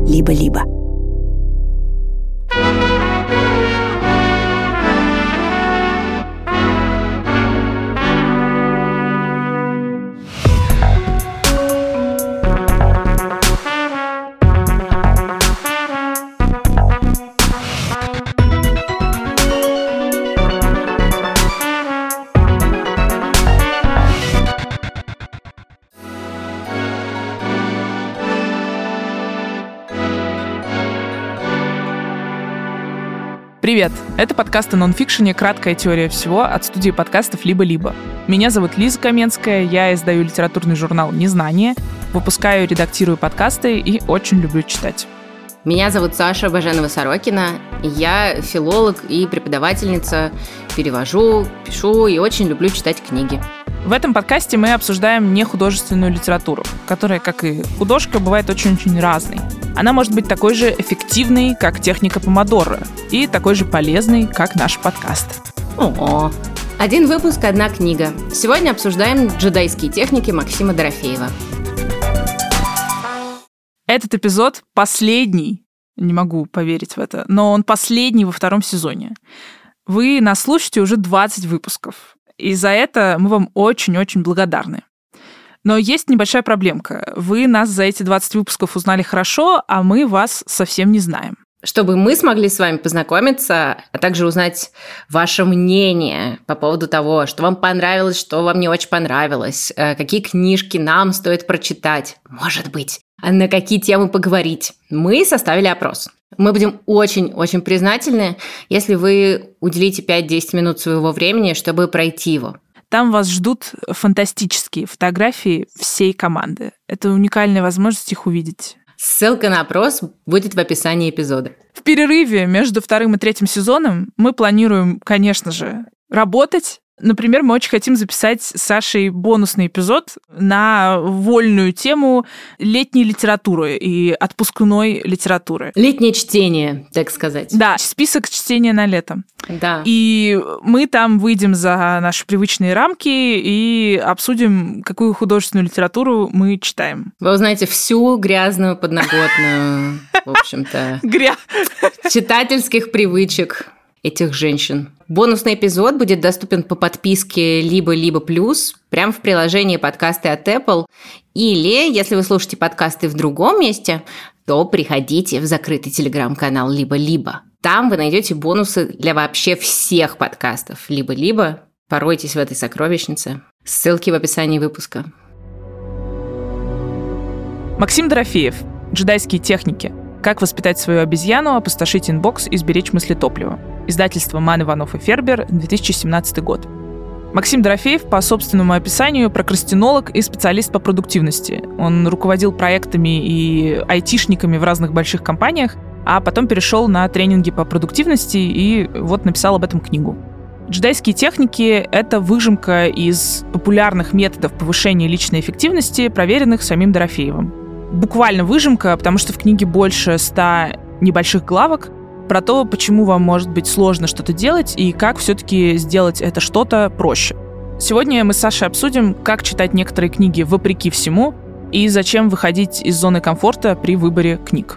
«Либо-либо». Привет! Это подкаст о нонфикшене «Краткая теория всего» от студии подкастов «Либо-либо». Меня зовут Лиза Каменская, я издаю литературный журнал «Незнание», выпускаю и редактирую подкасты и очень люблю читать. Меня зовут Саша Баженова-Сорокина, я филолог и преподавательница, перевожу, пишу и очень люблю читать книги. В этом подкасте мы обсуждаем нехудожественную литературу, которая, как и художка, бывает очень-очень разной. Она может быть такой же эффективной, как техника помодоро, и такой же полезной, как наш подкаст. О, один выпуск, одна книга. Сегодня обсуждаем джедайские техники Максима Дорофеева. Этот эпизод последний, не могу поверить в это, но он последний во 2 сезоне. Вы нас слушаете уже 20 выпусков, и за это мы вам очень-очень благодарны. Но есть небольшая проблемка. Вы нас за эти 20 выпусков узнали хорошо, а мы вас совсем не знаем. Чтобы мы смогли с вами познакомиться, а также узнать ваше мнение по поводу того, что вам понравилось, что вам не очень понравилось, какие книжки нам стоит прочитать, может быть, на какие темы поговорить, мы составили опрос. Мы будем очень-очень признательны, если вы уделите 5-10 минут своего времени, чтобы пройти его. Там вас ждут фантастические фотографии всей команды. Это уникальная возможность их увидеть. Ссылка на опрос будет в описании эпизода. В перерыве между 2 и 3 сезоном мы планируем, конечно же, работать. Например, мы очень хотим записать с Сашей бонусный эпизод на вольную тему летней литературы и отпускной литературы. Летнее чтение, так сказать. Да, список чтения на лето. Да. И мы там выйдем за наши привычные рамки и обсудим, какую художественную литературу мы читаем. Вы узнаете всю грязную подноготную, в общем-то, читательских привычек этих женщин. Бонусный эпизод будет доступен по подписке «Либо-либо плюс» прямо в приложении подкасты от Apple. Или, если вы слушаете подкасты в другом месте, то приходите в закрытый телеграм-канал «Либо-либо». Там вы найдете бонусы для вообще всех подкастов «Либо-либо». Поройтесь в этой сокровищнице. Ссылки в описании выпуска. Максим Дорофеев. Джедайские техники. Как воспитать свою обезьяну, опустошить инбокс и сберечь мыслетопливо. Издательство «Ман, Иванов и Фербер», 2017 год. Максим Дорофеев по собственному описанию прокрастинолог и специалист по продуктивности. Он руководил проектами и айтишниками в разных больших компаниях, а потом перешел на тренинги по продуктивности и вот написал об этом книгу. Джедайские техники — это выжимка из популярных методов повышения личной эффективности, проверенных самим Дорофеевым. Буквально выжимка, потому что в книге больше 100 небольших главок про то, почему вам может быть сложно что-то делать и как все-таки сделать это что-то проще. Сегодня мы с Сашей обсудим, как читать некоторые книги вопреки всему и зачем выходить из зоны комфорта при выборе книг.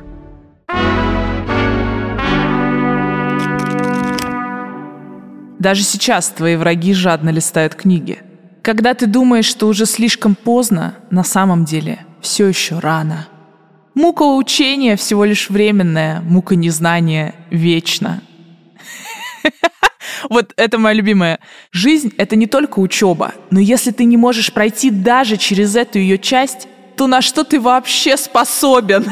Даже сейчас твои враги жадно листают книги. Когда ты думаешь, что уже слишком поздно, на самом деле все еще рано. Мука учения всего лишь временная, мука незнания вечна. Вот это моя любимая. Жизнь — это не только учеба, но если ты не можешь пройти даже через эту ее часть, то на что ты вообще способен?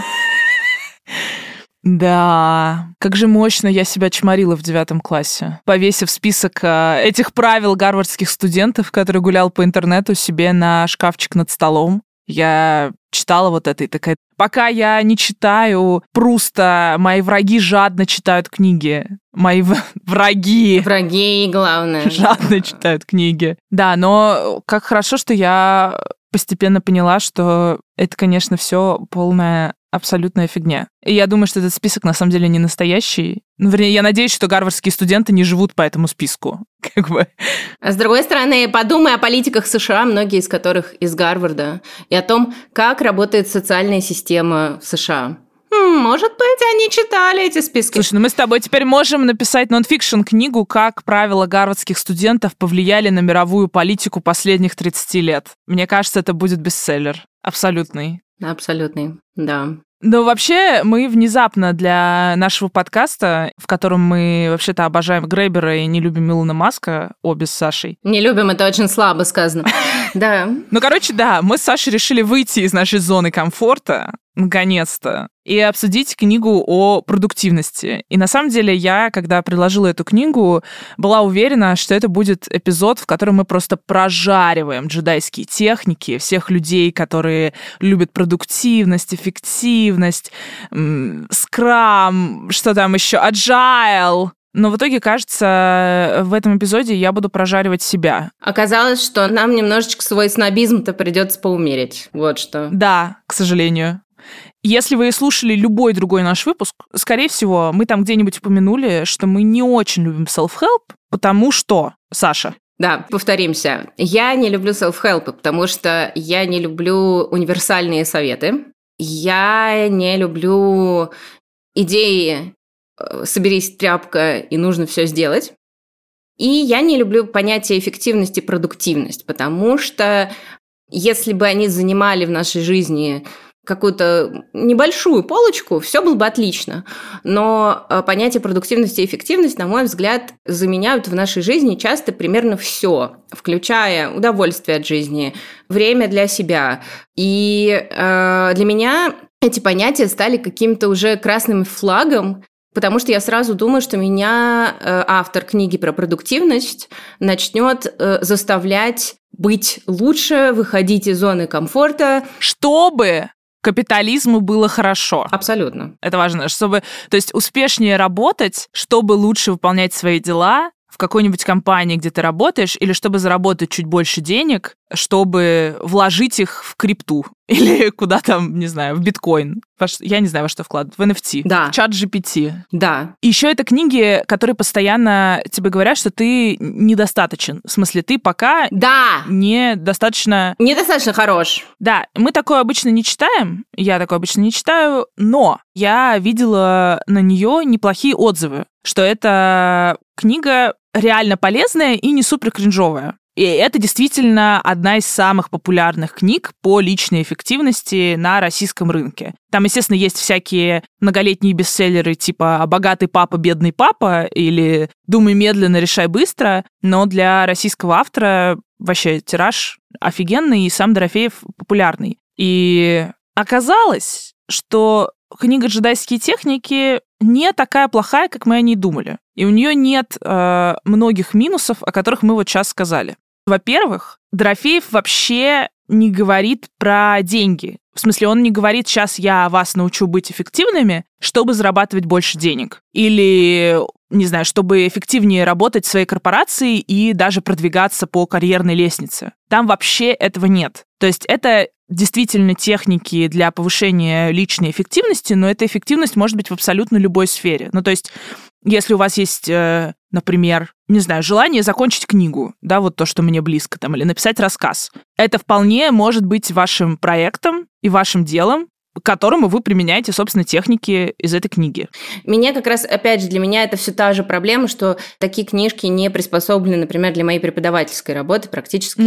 Да, как же мощно я себя чморила в 9 классе, повесив список этих правил гарвардских студентов, который гулял по интернету себе на шкафчик над столом. Я читала вот это и такая: пока я не читаю Пруста, мои враги жадно читают книги. Мои враги. Враги, главное. Жадно читают книги. Да, но как хорошо, что я постепенно поняла, что это, конечно, все полная абсолютная фигня. И я думаю, что этот список на самом деле не настоящий. Ну, вернее, я надеюсь, что гарвардские студенты не живут по этому списку. Как бы. А с другой стороны, подумай о политиках США, многие из которых из Гарварда, и о том, как работает социальная система в США. Может быть, они читали эти списки. Слушай, мы с тобой теперь можем написать нон-фикшн книгу «Как правила гарвардских студентов повлияли на мировую политику последних 30 лет». Мне кажется, это будет бестселлер. Абсолютный. Абсолютный, да. Но вообще мы внезапно для нашего подкаста, в котором мы вообще-то обожаем Гребера и не любим Илона Маска, обе с Сашей. Не любим, это очень слабо сказано. Да. Да, мы с Сашей решили выйти из нашей зоны комфорта, наконец-то, и обсудить книгу о продуктивности. И на самом деле я, когда предложила эту книгу, была уверена, что это будет эпизод, в котором мы просто прожариваем джедайские техники всех людей, которые любят продуктивность, эффективность, скрам, что там еще, agile. Но в итоге, кажется, в этом эпизоде я буду прожаривать себя. Оказалось, что нам немножечко свой снобизм-то придется поумерить. Вот что. Да, к сожалению. Если вы слушали любой другой наш выпуск, скорее всего, мы там где-нибудь упомянули, что мы не очень любим self-help, потому что, Саша... Да, повторимся. Я не люблю self-help, потому что я не люблю универсальные советы. Я не люблю идеи «соберись, тряпка, и нужно все сделать». И я не люблю понятие эффективность и продуктивность, потому что если бы они занимали в нашей жизни какую-то небольшую полочку, все было бы отлично. Но понятие продуктивности и эффективность, на мой взгляд, заменяют в нашей жизни часто примерно все, включая удовольствие от жизни, время для себя. И для меня эти понятия стали каким-то уже красным флагом, потому что я сразу думаю, что меня автор книги про продуктивность начнет заставлять быть лучше, выходить из зоны комфорта. Чтобы капитализму было хорошо. Абсолютно. Это важно, чтобы, то есть, успешнее работать, чтобы лучше выполнять свои дела в какой-нибудь компании, где ты работаешь, или чтобы заработать чуть больше денег, чтобы вложить их в крипту или куда там, не знаю, в биткоин. Я не знаю, во что вкладывать. В NFT. Да. В чат GPT. Да. И еще это книги, которые постоянно тебе говорят, что ты недостаточен. В смысле, ты пока недостаточно... Недостаточно хорош. Да, мы такое обычно не читаем, я такое обычно не читаю, но я видела на нее неплохие отзывы, что эта книга реально полезная и не супер кринжовая. И это действительно одна из самых популярных книг по личной эффективности на российском рынке. Там, естественно, есть всякие многолетние бестселлеры типа «Богатый папа, бедный папа» или «Думай медленно, решай быстро», но для российского автора вообще тираж офигенный, и сам Дорофеев популярный. И оказалось, что книга «Джедайские техники» не такая плохая, как мы о ней думали. И у нее нет многих минусов, о которых мы вот сейчас сказали. Во-первых, Дорофеев вообще не говорит про деньги. В смысле, он не говорит, сейчас я вас научу быть эффективными, чтобы зарабатывать больше денег. Или, не знаю, чтобы эффективнее работать в своей корпорации и даже продвигаться по карьерной лестнице. Там вообще этого нет. То есть это действительно техники для повышения личной эффективности, но эта эффективность может быть в абсолютно любой сфере. Ну, то есть, если у вас есть, например, не знаю, желание закончить книгу, да, вот то, что мне близко, там, или написать рассказ, это вполне может быть вашим проектом и вашим делом, к которому вы применяете, собственно, техники из этой книги. Меня как раз, опять же, для меня это все та же проблема, что такие книжки не приспособлены, например, для моей преподавательской работы практически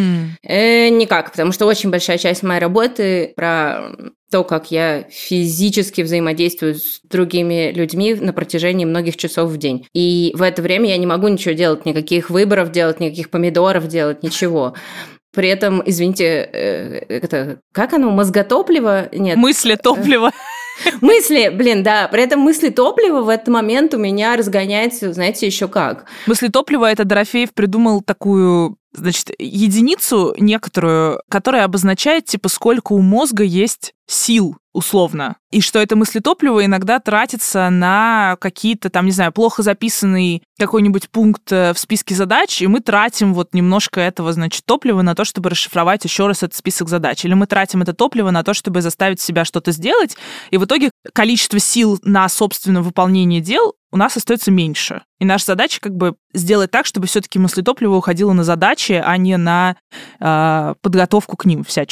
никак, потому что очень большая часть моей работы про то, как я физически взаимодействую с другими людьми на протяжении многих часов в день. И в это время я не могу ничего делать, никаких выборов делать, никаких помидоров делать, ничего. При этом, извините, как оно, мозготопливо? Нет. Мыслетопливо. Мысли, да. При этом мыслетопливо в этот момент у меня разгоняется, знаете, еще как. Мыслетопливо — это Дорофеев придумал такую, значит, единицу некоторую, которая обозначает, типа, сколько у мозга есть сил, условно. И что это мыслетопливо иногда тратится на какие-то, там, не знаю, плохо записанный какой-нибудь пункт в списке задач, и мы тратим вот немножко этого, значит, топлива на то, чтобы расшифровать еще раз этот список задач. Или мы тратим это топливо на то, чтобы заставить себя что-то сделать, и в итоге количество сил на собственное выполнение дел у нас остается меньше. И наша задача как бы сделать так, чтобы все-таки мыслетопливо уходило на задачи, а не на подготовку к ним всяческую.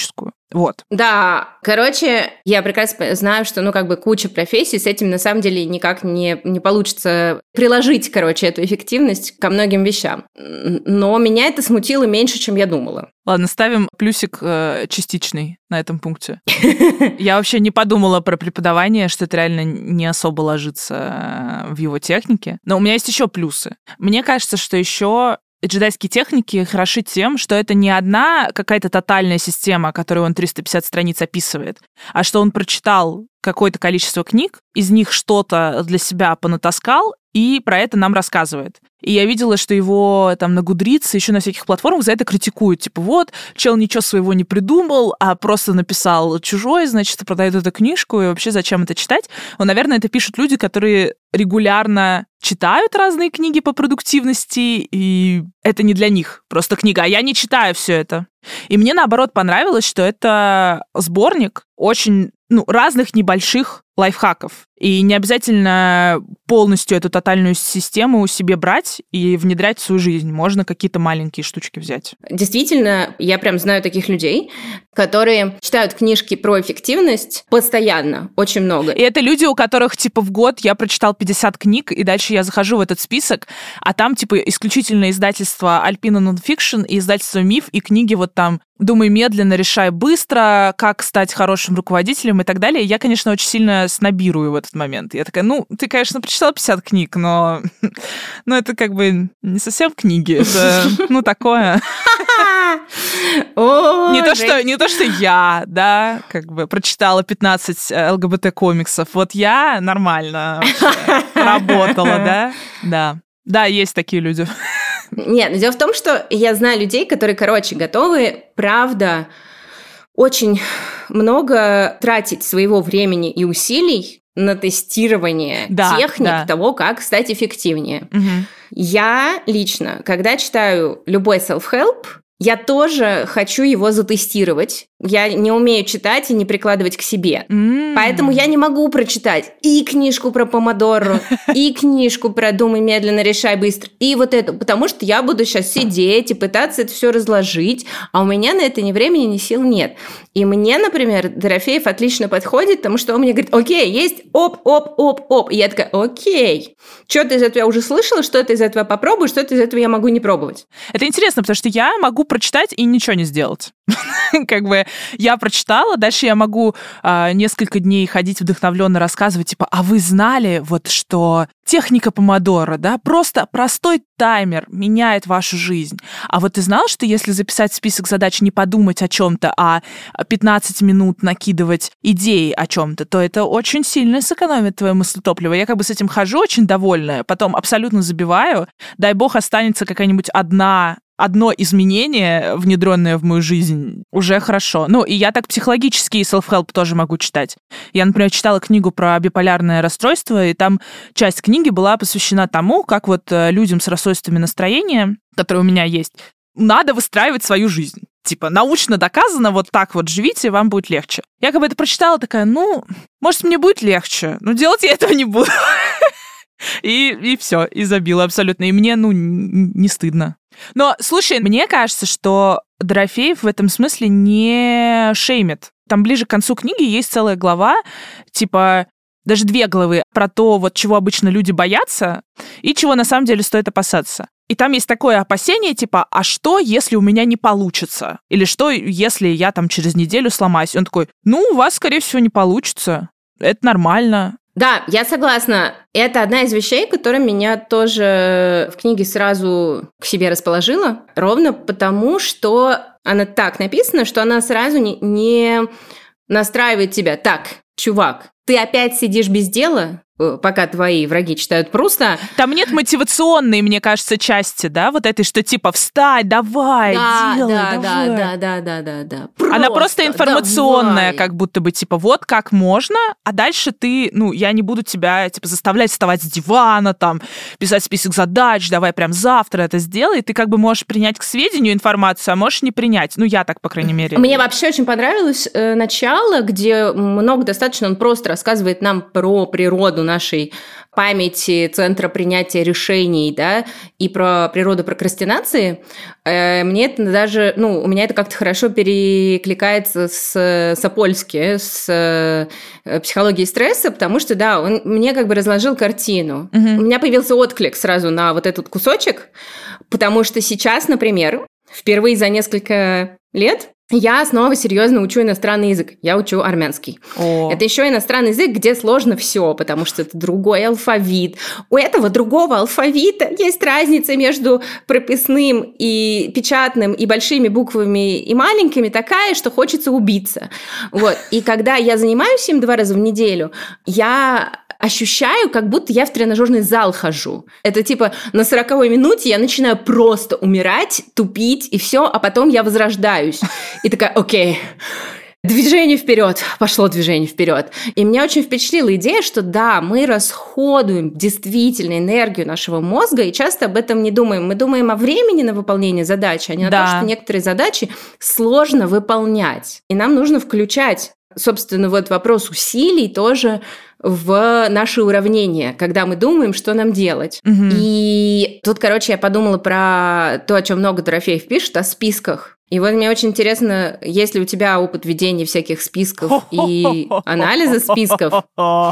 Вот. Да, короче, я прекрасно знаю, что, куча профессий, с этим на самом деле никак не получится приложить, эту эффективность ко многим вещам. Но меня это смутило меньше, чем я думала. Ладно, ставим плюсик частичный на этом пункте. Я вообще не подумала про преподавание, что это реально не особо ложится в его технике. Но у меня есть еще плюсы. Мне кажется, что еще джедайские техники хороши тем, что это не одна какая-то тотальная система, которую он 350 страниц описывает, а что он прочитал какое-то количество книг, из них что-то для себя понатаскал и про это нам рассказывает. И я видела, что его там на Goodreads, еще на всяких платформах за это критикуют. Типа, вот, чел ничего своего не придумал, а просто написал чужой, значит, продает эту книжку, и вообще зачем это читать? Наверное, это пишут люди, которые регулярно читают разные книги по продуктивности, и это не для них просто книга. А я не читаю все это. И мне, наоборот, понравилось, что это сборник очень разных небольших лайфхаков. И не обязательно полностью эту тотальную систему себе брать и внедрять в свою жизнь. Можно какие-то маленькие штучки взять. Действительно, я прям знаю таких людей, которые читают книжки про эффективность постоянно, очень много. И это люди, у которых, в год я прочитал 50 книг, и дальше я захожу в этот список, а там, исключительно издательство Alpina Nonfiction и издательство Миф, и книги там «Думай медленно, решай быстро», «Как стать хорошим руководителем» и так далее. Я, конечно, очень сильно снобирую в этот момент. Я такая, ты, конечно, прочитала 50 книг, но это не совсем книги, это, такое. Не то, что я, да, прочитала 15 ЛГБТ-комиксов. Вот я нормально работала, да? Да. Да, есть такие люди. Нет, дело в том, что я знаю людей, которые, готовы, правда, очень много тратить своего времени и усилий на тестирование техник того, как стать эффективнее. Угу. Я лично, когда читаю любой self-help, я тоже хочу его затестировать. Я не умею читать и не прикладывать к себе. Поэтому я не могу прочитать и книжку про помодоро, и книжку про «Думай медленно, решай быстро», и вот эту. Потому что я буду сейчас сидеть и пытаться это все разложить, а у меня на это ни времени, ни сил нет. И мне, например, Дорофеев отлично подходит, потому что он мне говорит: окей, есть оп. И я такая: окей, что-то из этого я уже слышала, что-то из этого попробую, что-то из этого я могу не пробовать. Это интересно, потому что я могу прочитать и ничего не сделать. Я прочитала, дальше я могу несколько дней ходить вдохновленно рассказывать, а вы знали, что техника помодоро, да, просто простой таймер меняет вашу жизнь. А вот ты знал, что если записать список задач, не подумать о чем-то, а 15 минут накидывать идеи о чем-то, то это очень сильно сэкономит твое мыслетопливо. Я с этим хожу очень довольная, потом абсолютно забиваю. Дай бог останется какая-нибудь одно изменение, внедренное в мою жизнь, уже хорошо. И я так психологический self-help тоже могу читать. Я, например, читала книгу про биполярное расстройство, и там часть книги была посвящена тому, как людям с расстройствами настроения, которые у меня есть, надо выстраивать свою жизнь. Научно доказано, вот так вот живите, вам будет легче. Я это прочитала, такая, может, мне будет легче, но делать я этого не буду. И все, и забила абсолютно. И мне, не стыдно. Но, слушай, мне кажется, что Дорофеев в этом смысле не шеймит. Там ближе к концу книги есть целая глава, даже 2 главы про то, чего обычно люди боятся и чего на самом деле стоит опасаться. И там есть такое опасение, а что, если у меня не получится? Или что, если я через неделю сломаюсь? И он такой, у вас, скорее всего, не получится. Это нормально. Да, я согласна. Это одна из вещей, которая меня тоже в книге сразу к себе расположила, ровно потому, что она так написана, что она сразу не настраивает тебя. Так, чувак, ты опять сидишь без дела, пока твои враги читают Пруста. Там нет мотивационной, мне кажется, части, да, этой, что встань, давай, делай, давай. Да. Она просто информационная, давай. Как будто бы, вот как можно, а дальше ты, я не буду тебя, заставлять вставать с дивана, писать список задач, давай прям завтра это сделай, ты можешь принять к сведению информацию, а можешь не принять. Я так, по крайней мере. Мне вообще очень понравилось начало, где много достаточно, он просто рассказывает нам про природу нашей памяти, центра принятия решений, да, и про природу прокрастинации, мне это даже, у меня это как-то хорошо перекликается с Сапольски, с психологией стресса, потому что, да, он мне как бы разложил картину. У меня появился отклик сразу на вот этот кусочек, потому что сейчас, например, впервые за несколько лет я снова серьезно учу иностранный язык. Я учу армянский. Это еще иностранный язык, где сложно все, потому что это другой алфавит. У этого другого алфавита есть разница между прописным и печатным, и большими буквами, и маленькими такая, что хочется убиться. Вот. И когда я занимаюсь им 2 раза в неделю, я ощущаю, как будто я в тренажерный зал хожу. Это типа на 40-й минуте я начинаю просто умирать, тупить, и все, а потом я возрождаюсь. И такая, окей, движение вперед, пошло движение вперед. И меня очень впечатлила идея, что да, мы расходуем действительно энергию нашего мозга, и часто об этом не думаем. Мы думаем о времени на выполнение задачи, а не на то, что некоторые задачи сложно выполнять. И нам нужно включать, собственно, вот вопрос усилий тоже в наши уравнения, когда мы думаем, что нам делать. И тут, короче, я подумала про то, о чем много Дорофеев пишет, о списках. И вот мне очень интересно, есть ли у тебя опыт ведения всяких списков и анализа списков?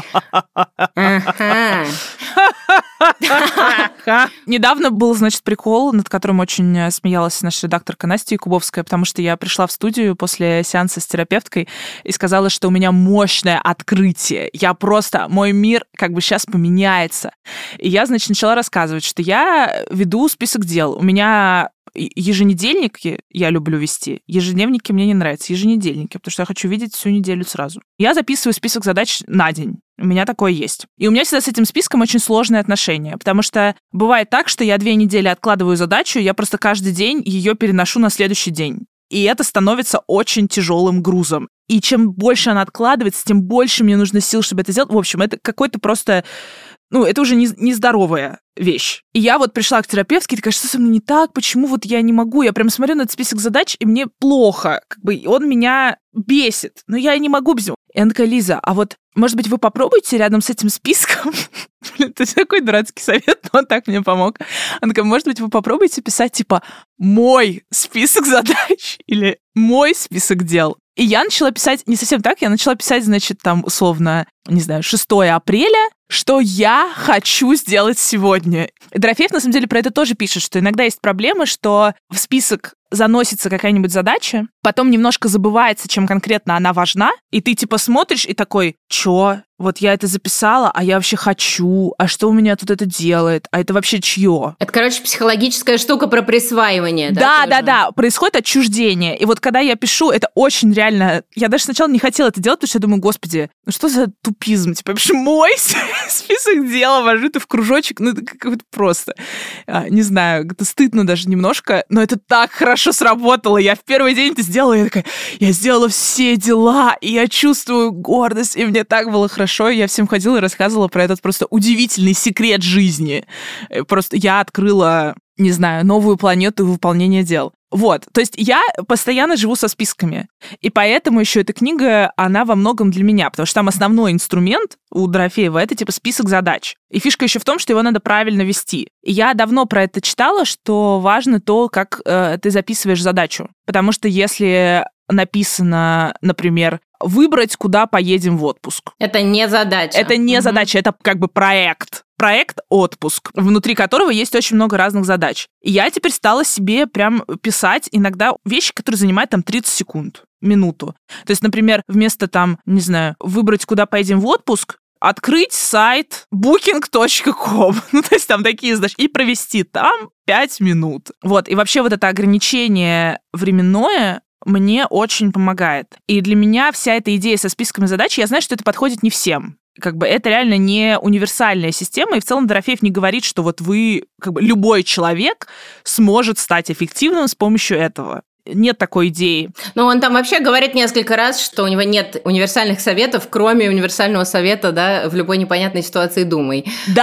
Недавно был, значит, прикол, над которым очень смеялась наша редакторка Настя Якубовская, потому что я пришла в студию после сеанса с терапевткой и сказала, что у меня мощное открытие. Мой мир как бы сейчас поменяется. И я, значит, начала рассказывать, что я веду список дел. У меня еженедельники я люблю вести, ежедневники мне не нравятся, еженедельники, потому что я хочу видеть всю неделю сразу. Я записываю список задач на день. У меня такое есть. И у меня всегда с этим списком очень сложные отношения, потому что бывает так, что я 2 недели откладываю задачу, я просто каждый день ее переношу на следующий день. И это становится очень тяжелым грузом. И чем больше она откладывается, тем больше мне нужно сил, чтобы это сделать. В общем, это какой-то просто... это уже нездоровая вещь. И я вот пришла к терапевтке и такая, что со мной не так, почему вот я не могу? Я прям смотрю на этот список задач, и мне плохо. Как бы он меня бесит, но я не могу без него. И она такая, Лиза, а вот, может быть, вы попробуйте рядом с этим списком? Это такой дурацкий совет, но он так мне помог. Она такая, может быть, вы попробуйте писать, типа, мой список задач или мой список дел. И я начала писать не совсем так, я начала писать, значит, там, условно, 6 апреля, что я хочу сделать сегодня. И Дорофеев, на самом деле, про это тоже пишет, что иногда есть проблемы, что в список заносится какая-нибудь задача, потом немножко забывается, чем конкретно она важна, и ты типа смотришь и такой, чё? Вот я это записала, а я вообще хочу, а что у меня тут это делает, а это вообще чье? Это, короче, психологическая штука про присваивание, да? Да, происходит отчуждение. И вот когда я пишу, это очень реально... Я даже сначала не хотела это делать, потому что я думаю, господи, что за тупизм? Типа, я пишу мой список дел, вожу это в кружочек, это как-то просто. Не знаю, это стыдно даже немножко, но это так хорошо сработало. Я в первый день это сделала, я такая, я сделала все дела, и я чувствую гордость, и мне так было хорошо. Я всем ходила и рассказывала про этот просто удивительный секрет жизни. Просто я открыла, не знаю, новую планету выполнения дел. Вот, то есть я постоянно живу со списками, и поэтому еще эта книга, она во многом для меня, потому что там основной инструмент у Дорофеева — это типа список задач. И фишка еще в том, что его надо правильно вести. И я давно про это читала, что важно то, как ты записываешь задачу, потому что если написано, например, выбрать, куда поедем в отпуск. Это не задача. Это не задача, это как бы проект. Проект «Отпуск», внутри которого есть очень много разных задач. И я теперь стала себе прям писать иногда вещи, которые занимают там 30 секунд, минуту. То есть, например, вместо там, не знаю, выбрать, куда поедем в отпуск, открыть сайт booking.com, то есть там такие задачи, и провести там 5 минут. Вот, и вообще вот это ограничение временное мне очень помогает. И для меня вся эта идея со списками задач, я знаю, что это подходит не всем. Как бы это реально не универсальная система, и в целом Дорофеев не говорит, что вот вы, как бы любой человек сможет стать эффективным с помощью этого. Нет такой идеи. Но он там вообще говорит несколько раз, что у него нет универсальных советов, кроме универсального совета, да, в любой непонятной ситуации думай.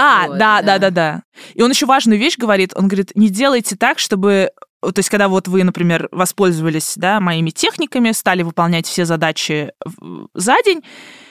Да. И он еще важную вещь говорит, он говорит, не делайте так, чтобы... То есть, когда вот вы, например, воспользовались, да, моими техниками, стали выполнять все задачи за день,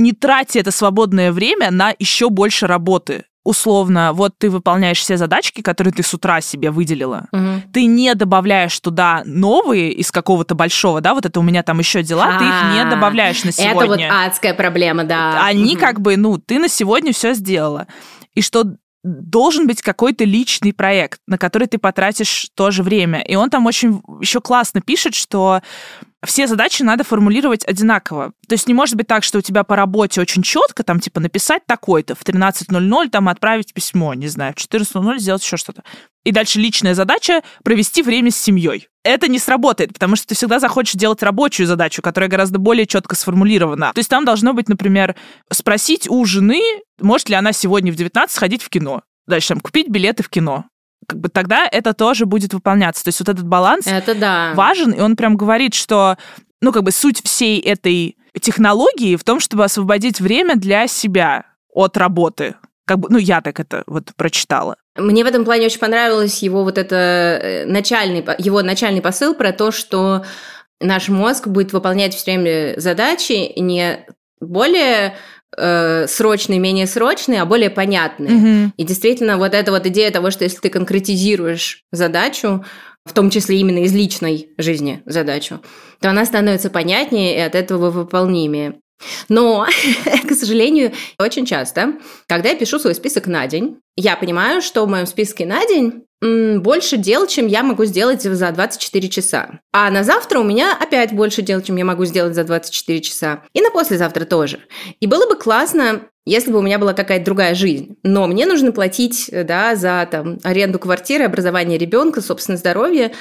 не трати это свободное время на еще больше работы. Условно, вот ты выполняешь все задачки, которые ты с утра себе выделила, ты не добавляешь туда новые из какого-то большого, да, вот это у меня там еще дела, ты их не добавляешь на сегодня. Это вот адская проблема, да. Они как бы, ты на сегодня все сделала. И что должен быть какой-то личный проект, на который ты потратишь тоже время. И он там очень еще классно пишет, что все задачи надо формулировать одинаково. То есть не может быть так, что у тебя по работе очень четко, там, типа, написать такой-то, в 13:00 там отправить письмо, не знаю, в 14:00 сделать еще что-то. И дальше личная задача — провести время с семьей. Это не сработает, потому что ты всегда захочешь делать рабочую задачу, которая гораздо более четко сформулирована. То есть там должно быть, например, спросить у жены, может ли она сегодня в 19 сходить в кино. Дальше там купить билеты в кино. Как бы тогда это тоже будет выполняться. То есть вот этот баланс важен, и он прям говорит, что, суть всей этой технологии в том, чтобы освободить время для себя от работы. Я так это вот прочитала. Мне в этом плане очень понравилось его вот это начальный посыл про то, что наш мозг будет выполнять все время задачи не более срочные, менее срочные, а более понятные. И действительно, вот эта вот идея того, что если ты конкретизируешь задачу, в том числе именно из личной жизни задачу, то она становится понятнее и от этого выполнимее. Но, к сожалению, очень часто, когда я пишу свой список на день, я понимаю, что в моем списке на день больше дел, чем я могу сделать за 24 часа. А на завтра у меня опять больше дел, чем я могу сделать за 24 часа. И на послезавтра тоже. И было бы классно, если бы у меня была какая-то другая жизнь. Но мне нужно платить, за аренду квартиры, образование ребенка, собственное здоровье.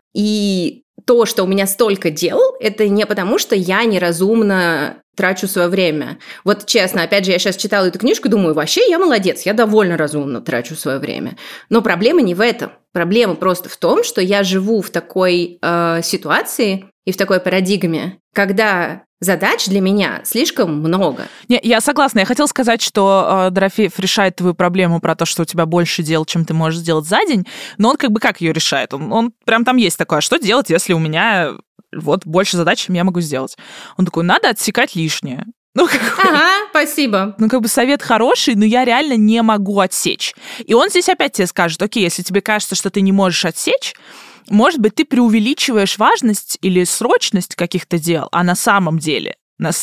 И то, что у меня столько дел, это не потому, что я неразумно трачу свое время. Вот честно, опять же, я сейчас читала эту книжку и думаю, вообще я молодец, я довольно разумно трачу свое время. Но проблема не в этом. Проблема просто в том, что я живу в такой ситуации и в такой парадигме, когда задач для меня слишком много. Не, я согласна. Я хотела сказать, что Дорофеев решает твою проблему про то, что у тебя больше дел, чем ты можешь сделать за день, но он как ее решает? Он прям там есть такое, что делать, если у меня больше задач, чем я могу сделать? Он такой, надо отсекать лишнее. Спасибо. Совет хороший, но я реально не могу отсечь. И он здесь опять тебе скажет, окей, если тебе кажется, что ты не можешь отсечь, может быть, ты преувеличиваешь важность или срочность каких-то дел, а на самом деле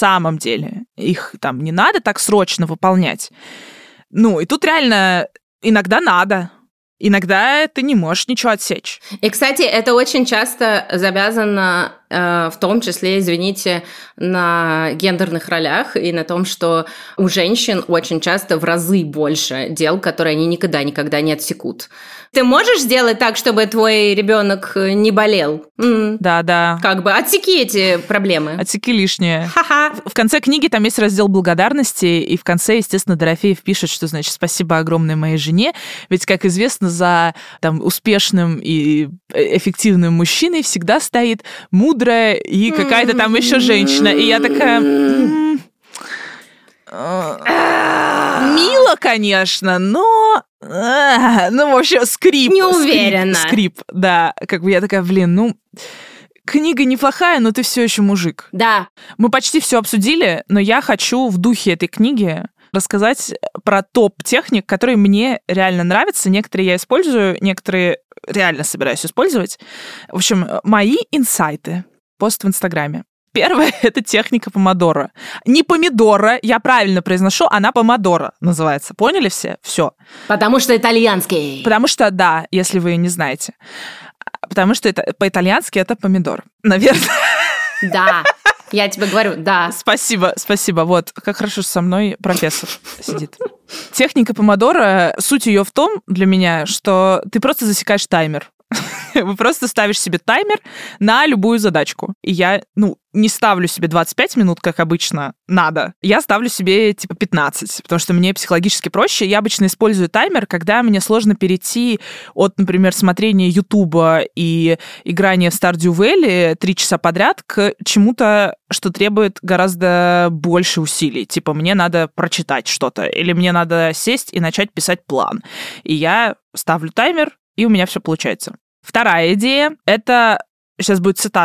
их там не надо так срочно выполнять. И тут реально иногда надо. Иногда ты не можешь ничего отсечь. И, кстати, это очень часто завязано, в том числе, извините, на гендерных ролях и на том, что у женщин очень часто в разы больше дел, которые они никогда не отсекут. Ты можешь сделать так, чтобы твой ребенок не болел? Да. Отсеки эти проблемы. Отсеки лишнее. В конце книги там есть раздел благодарности, и в конце, естественно, Дорофеев пишет, что, значит, спасибо огромное моей жене, ведь, как известно, за успешным и эффективным мужчиной всегда стоит мудрая и какая-то там еще женщина. И я такая... Мило, конечно, но... в общем, скрип. Не уверена. Скрип, да. Я такая, книга неплохая, но ты все еще мужик. Да. Мы почти все обсудили, но я хочу в духе этой книги рассказать про топ техник, которые мне реально нравятся. Некоторые я использую, некоторые реально собираюсь использовать. В общем, мои инсайты. Пост в Инстаграме. Первое — это техника помодоро. Не помидора, я правильно произношу, она помодоро называется. Поняли все? Все. Потому что итальянский. Потому что, да, если вы не знаете. Потому что это по-итальянски это помидор. Наверное. Да. Я тебе говорю, да. Спасибо. Вот, как хорошо, что со мной профессор сидит. Техника помодоро, суть ее в том для меня, что ты просто засекаешь таймер. Вы просто ставишь себе таймер на любую задачку. И я, не ставлю себе 25 минут, как обычно надо. Я ставлю себе, 15, потому что мне психологически проще. Я обычно использую таймер, когда мне сложно перейти от, например, смотрения Ютуба и играния в Stardew Valley 3 часа подряд к чему-то, что требует гораздо больше усилий. Мне надо прочитать что-то, или мне надо сесть и начать писать план. И я ставлю таймер, и у меня все получается. Вторая идея — это, сейчас будет цитата,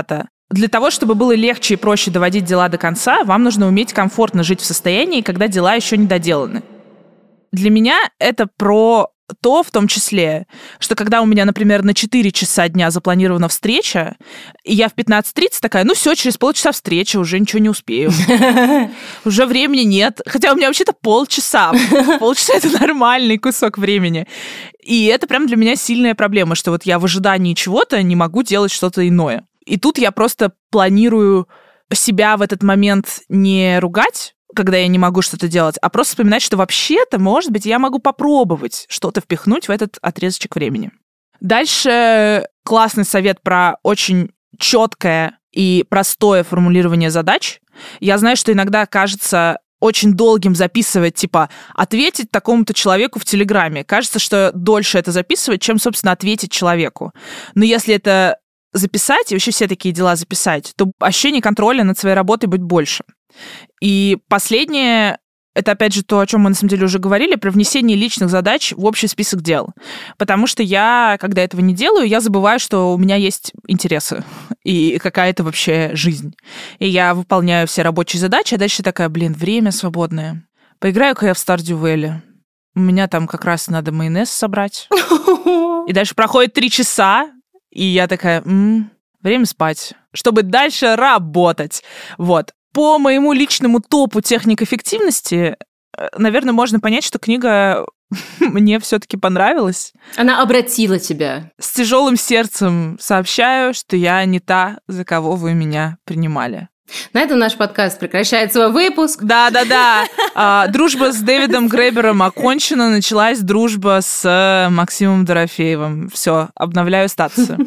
Для того, чтобы было легче и проще доводить дела до конца, вам нужно уметь комфортно жить в состоянии, когда дела еще не доделаны. Для меня это про то, в том числе, что когда у меня, например, на 4 часа дня запланирована встреча, и я в 15:30 такая, ну все, через полчаса встреча, уже ничего не успею. Уже времени нет. Хотя у меня вообще-то полчаса. Полчаса — это нормальный кусок времени. И это прям для меня сильная проблема, что вот я в ожидании чего-то не могу делать что-то иное. И тут я просто планирую себя в этот момент не ругать, когда я не могу что-то делать, а просто вспоминать, что вообще-то, может быть, я могу попробовать что-то впихнуть в этот отрезочек времени. Дальше классный совет про очень четкое и простое формулирование задач. Я знаю, что иногда кажется очень долгим записывать, типа, ответить такому-то человеку в Телеграме. Кажется, что дольше это записывать, чем, собственно, ответить человеку. Но если это записать, и вообще все такие дела записать, то ощущение контроля над своей работой будет больше. И последнее, это опять же то, о чем мы на самом деле уже говорили, про внесение личных задач в общий список дел. Потому что я, когда этого не делаю, я забываю, что у меня есть интересы и какая-то вообще жизнь. И я выполняю все рабочие задачи, а дальше такая, время свободное. Поиграю-ка я в Stardew Valley. У меня там как раз надо майонез собрать. И дальше проходит 3 часа, и я такая, время спать, чтобы дальше работать. Вот. По моему личному топу техник эффективности, наверное, можно понять, что книга мне все-таки понравилась. Она обратила тебя. С тяжелым сердцем сообщаю, что я не та, за кого вы меня принимали. На этом наш подкаст прекращает свой выпуск. Да. Дружба с Дэвидом Грейбером окончена, началась дружба с Максимом Дорофеевым. Все, обновляю статусы.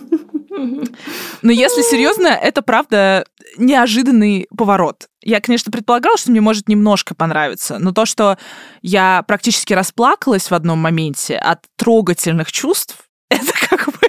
Но если серьезно, это, правда, неожиданный поворот. Я, конечно, предполагала, что мне может немножко понравиться, но то, что я практически расплакалась в одном моменте от трогательных чувств, это как бы...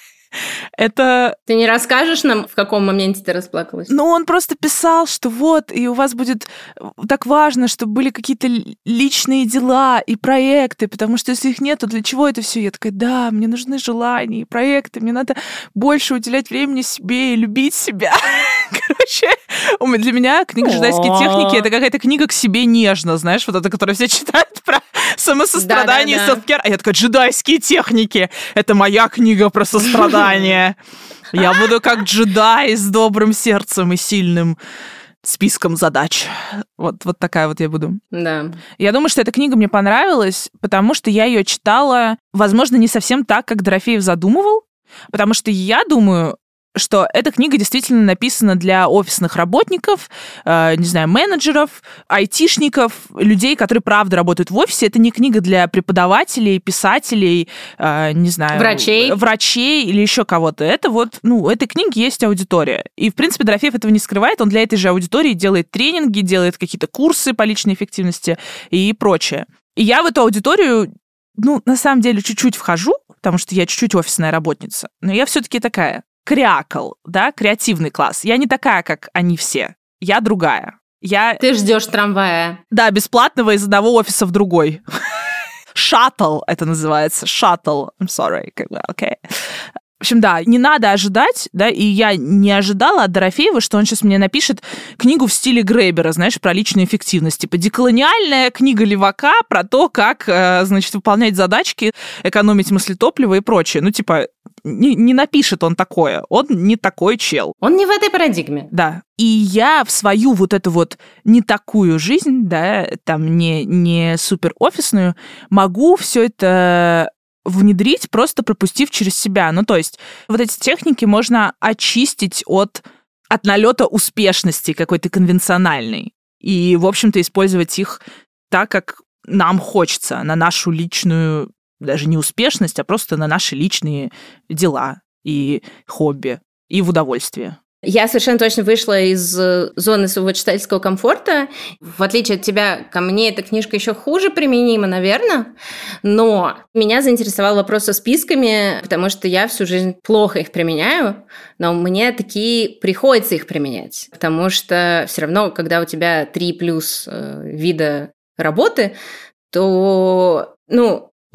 Это... Ты не расскажешь нам, в каком моменте ты расплакалась? Ну, он просто писал, что вот, и у вас будет так важно, чтобы были какие-то личные дела и проекты, потому что если их нет, то для чего это все? Я такая, да, мне нужны желания и проекты, мне надо больше уделять времени себе и любить себя. Короче, для меня книга «Джедайские техники» — это какая-то книга к себе нежно, знаешь, вот эта, которую все читают про самосострадание и селф-кер. А я такая, «Джедайские техники» — это моя книга про сострадание. Я буду как джедай с добрым сердцем и сильным списком задач. Вот такая вот я буду. Да. Я думаю, что эта книга мне понравилась, потому что я ее читала, возможно, не совсем так, как Дорофеев задумывал, потому что я думаю, что эта книга действительно написана для офисных работников, не знаю, менеджеров, айтишников, людей, которые правда работают в офисе. Это не книга для преподавателей, писателей, не знаю... Врачей или еще кого-то. Это вот, у этой книги есть аудитория. И, в принципе, Дорофеев этого не скрывает. Он для этой же аудитории делает тренинги, делает какие-то курсы по личной эффективности и прочее. И я в эту аудиторию, на самом деле, чуть-чуть вхожу, потому что я чуть-чуть офисная работница. Но я все-таки такая... Крякл, да, креативный класс. Я не такая, как они все. Я другая. Ты ждешь трамвая. Да, бесплатного из одного офиса в другой. Шаттл это называется. Шаттл. I'm sorry. Okay. В общем, да, не надо ожидать, да, и я не ожидала от Дорофеева, что он сейчас мне напишет книгу в стиле Грейбера, знаешь, про личную эффективность. Типа деколониальная книга левака про то, как, значит, выполнять задачки, экономить мыслетопливо и прочее. Не напишет он такое. Он не такой чел. Он не в этой парадигме. Да. И я в свою вот эту вот не такую жизнь, да, там не супер офисную, могу все это внедрить, просто пропустив через себя. То есть вот эти техники можно очистить от налета успешности какой-то конвенциональной. И, в общем-то, использовать их так, как нам хочется, на нашу личную, даже не успешность, а просто на наши личные дела и хобби, и в удовольствие. Я совершенно точно вышла из зоны своего читательского комфорта. В отличие от тебя, ко мне эта книжка еще хуже применима, наверное. Но меня заинтересовал вопрос со списками, потому что я всю жизнь плохо их применяю, но мне такие приходится их применять. Потому что все равно, когда у тебя 3+ вида работы, то,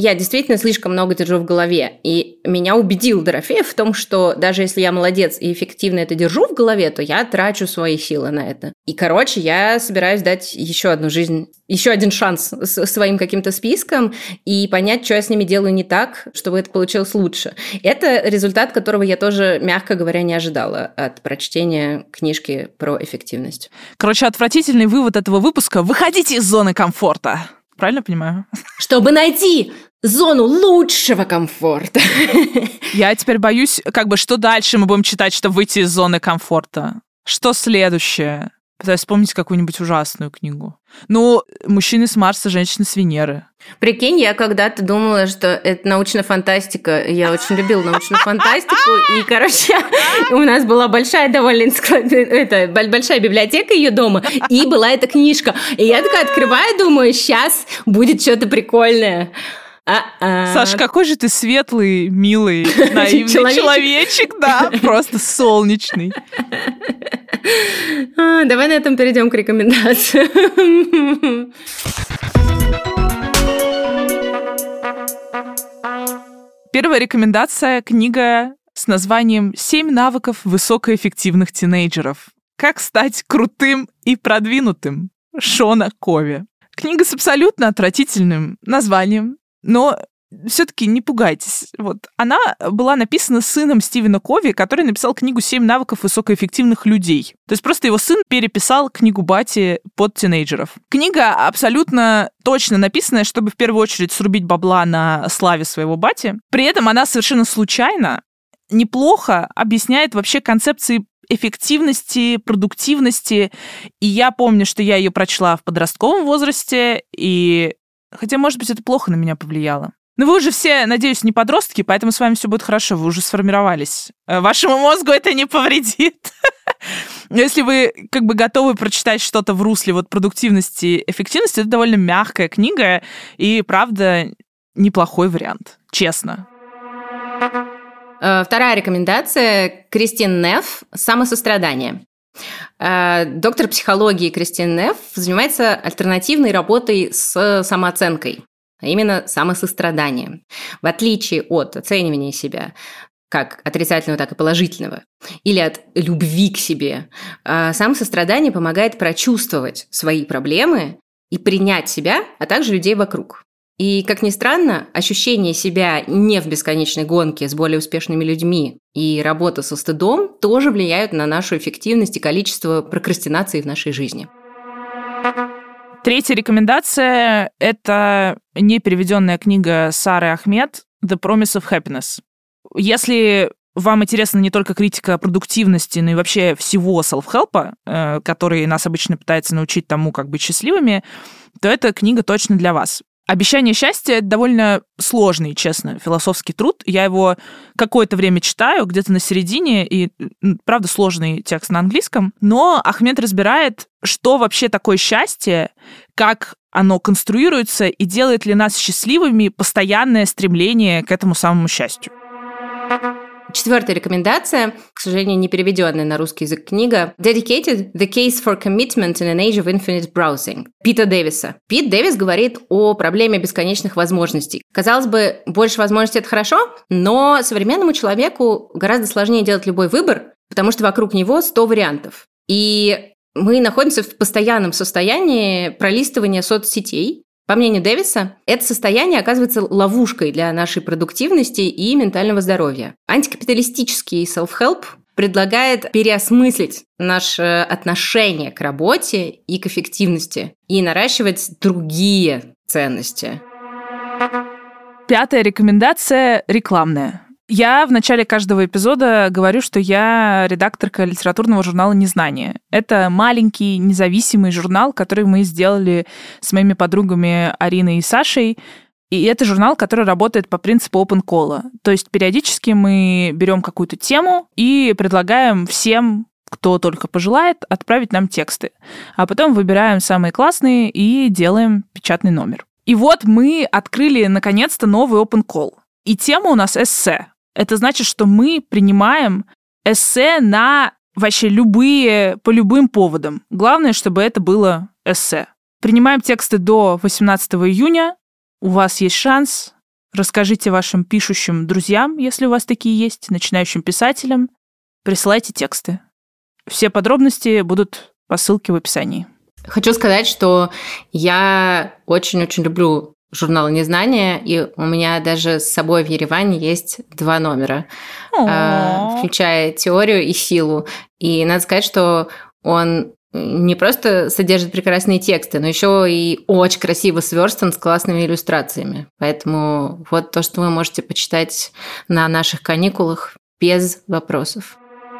я действительно слишком много держу в голове. И меня убедил Дорофеев в том, что даже если я молодец и эффективно это держу в голове, то я трачу свои силы на это. И, я собираюсь дать еще один шанс своим каким-то спискам и понять, что я с ними делаю не так, чтобы это получилось лучше. Это результат, которого я тоже, мягко говоря, не ожидала от прочтения книжки про эффективность. Отвратительный вывод этого выпуска – выходите из зоны комфорта. Правильно понимаю? Чтобы найти зону лучшего комфорта. Я теперь боюсь, что дальше мы будем читать, чтобы выйти из зоны комфорта. Что следующее? Пытаюсь вспомнить какую-нибудь ужасную книгу. «Мужчины с Марса, женщины с Венеры». Прикинь, я когда-то думала, что это научная фантастика. Я очень любила научную фантастику. И, у нас была большая довольно большая библиотека ее дома, и была эта книжка. И я такая открываю, думаю, сейчас будет что-то прикольное. Саша, какой же ты светлый, милый, наивный человечек, да, просто солнечный. Давай на этом перейдем к рекомендациям. Первая рекомендация – книга с названием «7 навыков высокоэффективных тинейджеров. Как стать крутым и продвинутым» Шона Кови. Книга с абсолютно отвратительным названием, но все-таки не пугайтесь. Она была написана сыном Стивена Кови, который написал книгу «7 навыков высокоэффективных людей». То есть просто его сын переписал книгу бати под тинейджеров. Книга абсолютно точно написанная, чтобы в первую очередь срубить бабла на славе своего бати. При этом она совершенно случайно, неплохо объясняет вообще концепции эффективности, продуктивности. И я помню, что я ее прочла в подростковом возрасте, и хотя, может быть, это плохо на меня повлияло. Но вы уже все, надеюсь, не подростки, поэтому с вами все будет хорошо, вы уже сформировались. Вашему мозгу это не повредит. Если вы готовы прочитать что-то в русле продуктивности и эффективности, это довольно мягкая книга и, правда, неплохой вариант, честно. Вторая рекомендация – Кристин Нефф «Самосострадание». Доктор психологии Кристин Нефф занимается альтернативной работой с самооценкой, а именно самосостраданием. В отличие от оценивания себя как отрицательного, так и положительного, или от любви к себе, самосострадание помогает прочувствовать свои проблемы и принять себя, а также людей вокруг. И, как ни странно, ощущение себя не в бесконечной гонке с более успешными людьми и работа со стыдом тоже влияют на нашу эффективность и количество прокрастинации в нашей жизни. Третья рекомендация – это непереведенная книга Сары Ахмед «The Promise of Happiness». Если вам интересна не только критика продуктивности, но и вообще всего self-help, который нас обычно пытается научить тому, как быть счастливыми, то эта книга точно для вас. «Обещание счастья» — это довольно сложный, честно, философский труд. Я его какое-то время читаю, где-то на середине, и, правда, сложный текст на английском. Но Ахмед разбирает, что вообще такое счастье, как оно конструируется и делает ли нас счастливыми постоянное стремление к этому самому счастью. Четвертая рекомендация, к сожалению, не переведенная на русский язык книга, Dedicated: The Case for Commitment in an Age of Infinite Browsing Пита Дэвиса. Пит Дэвис говорит о проблеме бесконечных возможностей. Казалось бы, больше возможностей – это хорошо, но современному человеку гораздо сложнее делать любой выбор, потому что вокруг него 100 вариантов. И мы находимся в постоянном состоянии пролистывания соцсетей. По мнению Дэвиса, это состояние оказывается ловушкой для нашей продуктивности и ментального здоровья. Антикапиталистический self-help предлагает переосмыслить наше отношение к работе и к эффективности и наращивать другие ценности. Пятая рекомендация – рекламная. Я в начале каждого эпизода говорю, что я редакторка литературного журнала «Незнание». Это маленький независимый журнал, который мы сделали с моими подругами Ариной и Сашей. И это журнал, который работает по принципу open call. То есть периодически мы берем какую-то тему и предлагаем всем, кто только пожелает, отправить нам тексты. А потом выбираем самые классные и делаем печатный номер. И вот мы открыли, наконец-то, новый open call. И тема у нас эссе. Это значит, что мы принимаем эссе на вообще по любым поводам. Главное, чтобы это было эссе. Принимаем тексты до 18 июня. У вас есть шанс Расскажите вашим пишущим друзьям, если у вас такие есть, начинающим писателям. Присылайте тексты. Все подробности будут по ссылке в описании. Хочу сказать, что я очень-очень люблю журнал «Незнание», и у меня даже с собой в Ереване есть 2 номера, включая теорию и силу. И надо сказать, что он не просто содержит прекрасные тексты, но еще и очень красиво сверстан с классными иллюстрациями. Поэтому вот то, что вы можете почитать на наших каникулах без вопросов.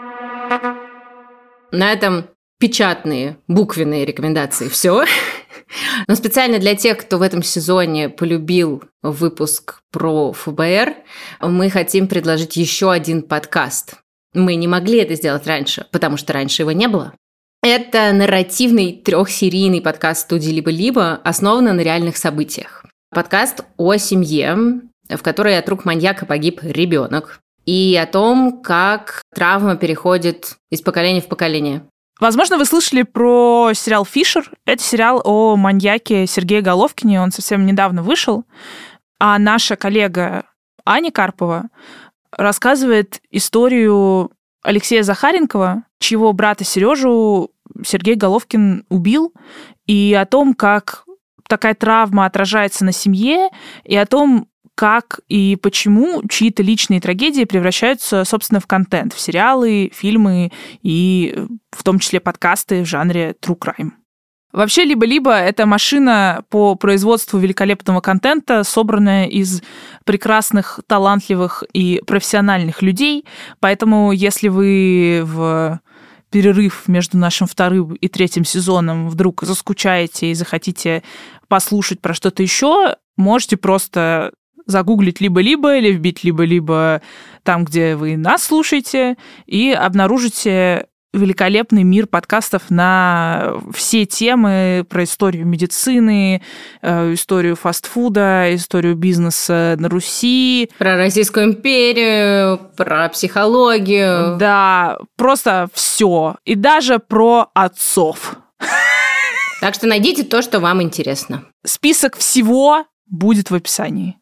На этом печатные, буквенные рекомендации все. Но специально для тех, кто в этом сезоне полюбил выпуск про ФБР, мы хотим предложить еще один подкаст. Мы не могли это сделать раньше, потому что раньше его не было. Это нарративный 3-серийный подкаст студии «Либо-либо», основанный на реальных событиях. Подкаст о семье, в которой от рук маньяка погиб ребенок, и о том, как травма переходит из поколения в поколение. Возможно, вы слышали про сериал «Фишер». Это сериал о маньяке Сергее Головкине. Он совсем недавно вышел. А наша коллега Аня Карпова рассказывает историю Алексея Захаренкова, чьего брата Сережу Сергей Головкин убил, и о том, как такая травма отражается на семье, и о том, как и почему чьи-то личные трагедии превращаются, собственно, в контент, в сериалы, фильмы и в том числе подкасты в жанре true crime. Вообще, «Либо-либо» — это машина по производству великолепного контента, собранная из прекрасных, талантливых и профессиональных людей. Поэтому, если вы в перерыв между нашим 2 и 3 сезоном вдруг заскучаете и захотите послушать про что-то еще, можете просто загуглить «Либо-либо» или вбить «Либо-либо» там, где вы нас слушаете, и обнаружите великолепный мир подкастов на все темы про историю медицины, историю фастфуда, историю бизнеса на Руси. Про Российскую империю, про психологию. Да, просто все. И даже про отцов. Так что найдите то, что вам интересно. Список всего будет в описании.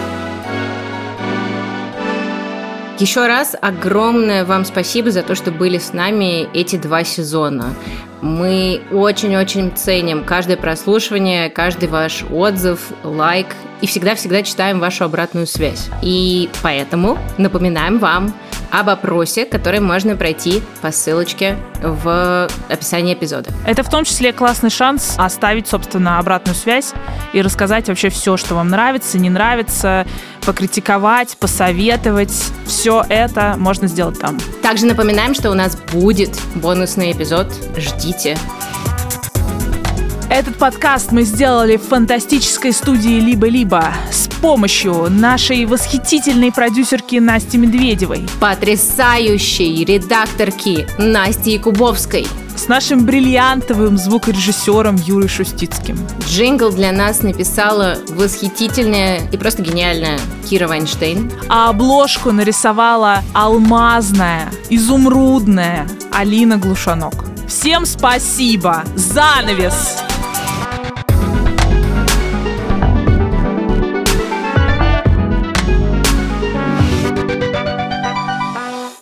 Еще раз огромное вам спасибо за то, что были с нами эти 2 сезона. Мы очень-очень ценим каждое прослушивание, каждый ваш отзыв, лайк и всегда-всегда читаем вашу обратную связь. И поэтому напоминаем вам об опросе, который можно пройти по ссылочке в описании эпизода. Это в том числе классный шанс оставить, собственно, обратную связь и рассказать вообще все, что вам нравится, не нравится, покритиковать, посоветовать. Все это можно сделать там. Также напоминаем, что у нас будет бонусный эпизод. Ждите. Этот подкаст мы сделали в фантастической студии «Либо-либо» с помощью нашей восхитительной продюсерки Насти Медведевой, потрясающей редакторки Насти Якубовской, с нашим бриллиантовым звукорежиссером Юрой Шустицким. Джингл для нас написала восхитительная и просто гениальная Кира Вайнштейн. А обложку нарисовала алмазная, изумрудная Алина Глушанок. Всем спасибо! Занавес!